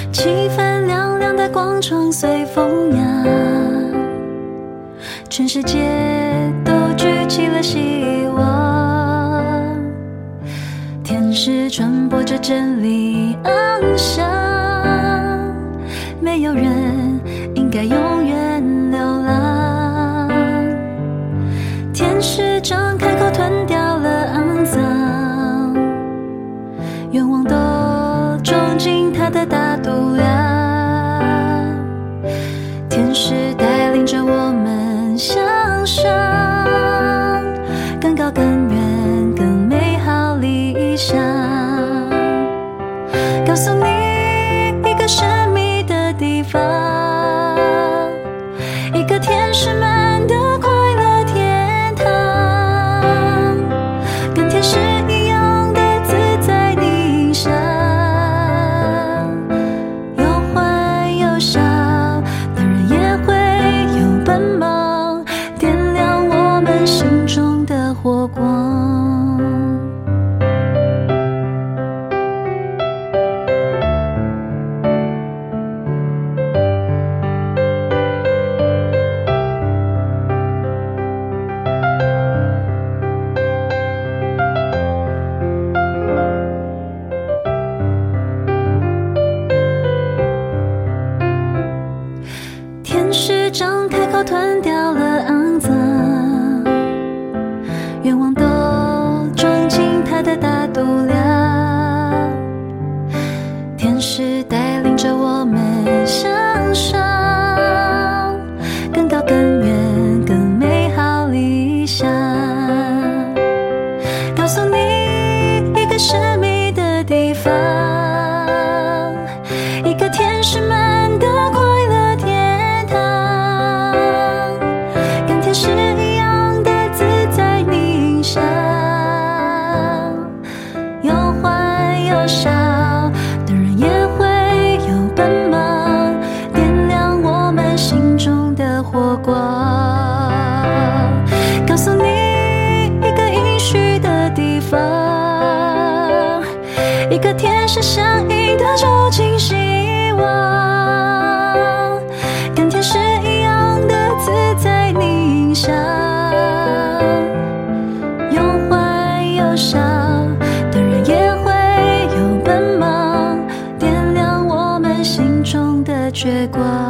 气氛亮亮的广场随风扬，全世界都举起了希望，天使传播着真理翱翔，没有人应该永远流浪。天使张开口吞掉了肮脏，愿望都装进他的大肚量。天使带领着我们向上，更高更远更美好理想。告诉你一个神秘的地方，一个天使们的快乐天堂，跟天使一样的自在理想，有欢有笑，当然也会有奔忙，点亮我们心中的火光。天使张开口吞掉了肮脏，愿望都装进他的大肚量。天使带领着我们向上，更高更远更美好理想。告诉你一个神秘的地方，一个天使们的快乐天堂，跟天使一样的自在冥想，有欢有笑，当然也会有奔忙，点亮我们心中的火光。告诉你一个应许的地方，一个天使相应的照进希望，跟天使一样的自在冥想，有欢有笑，当然也会有奔忙，点亮我们心中的绝光。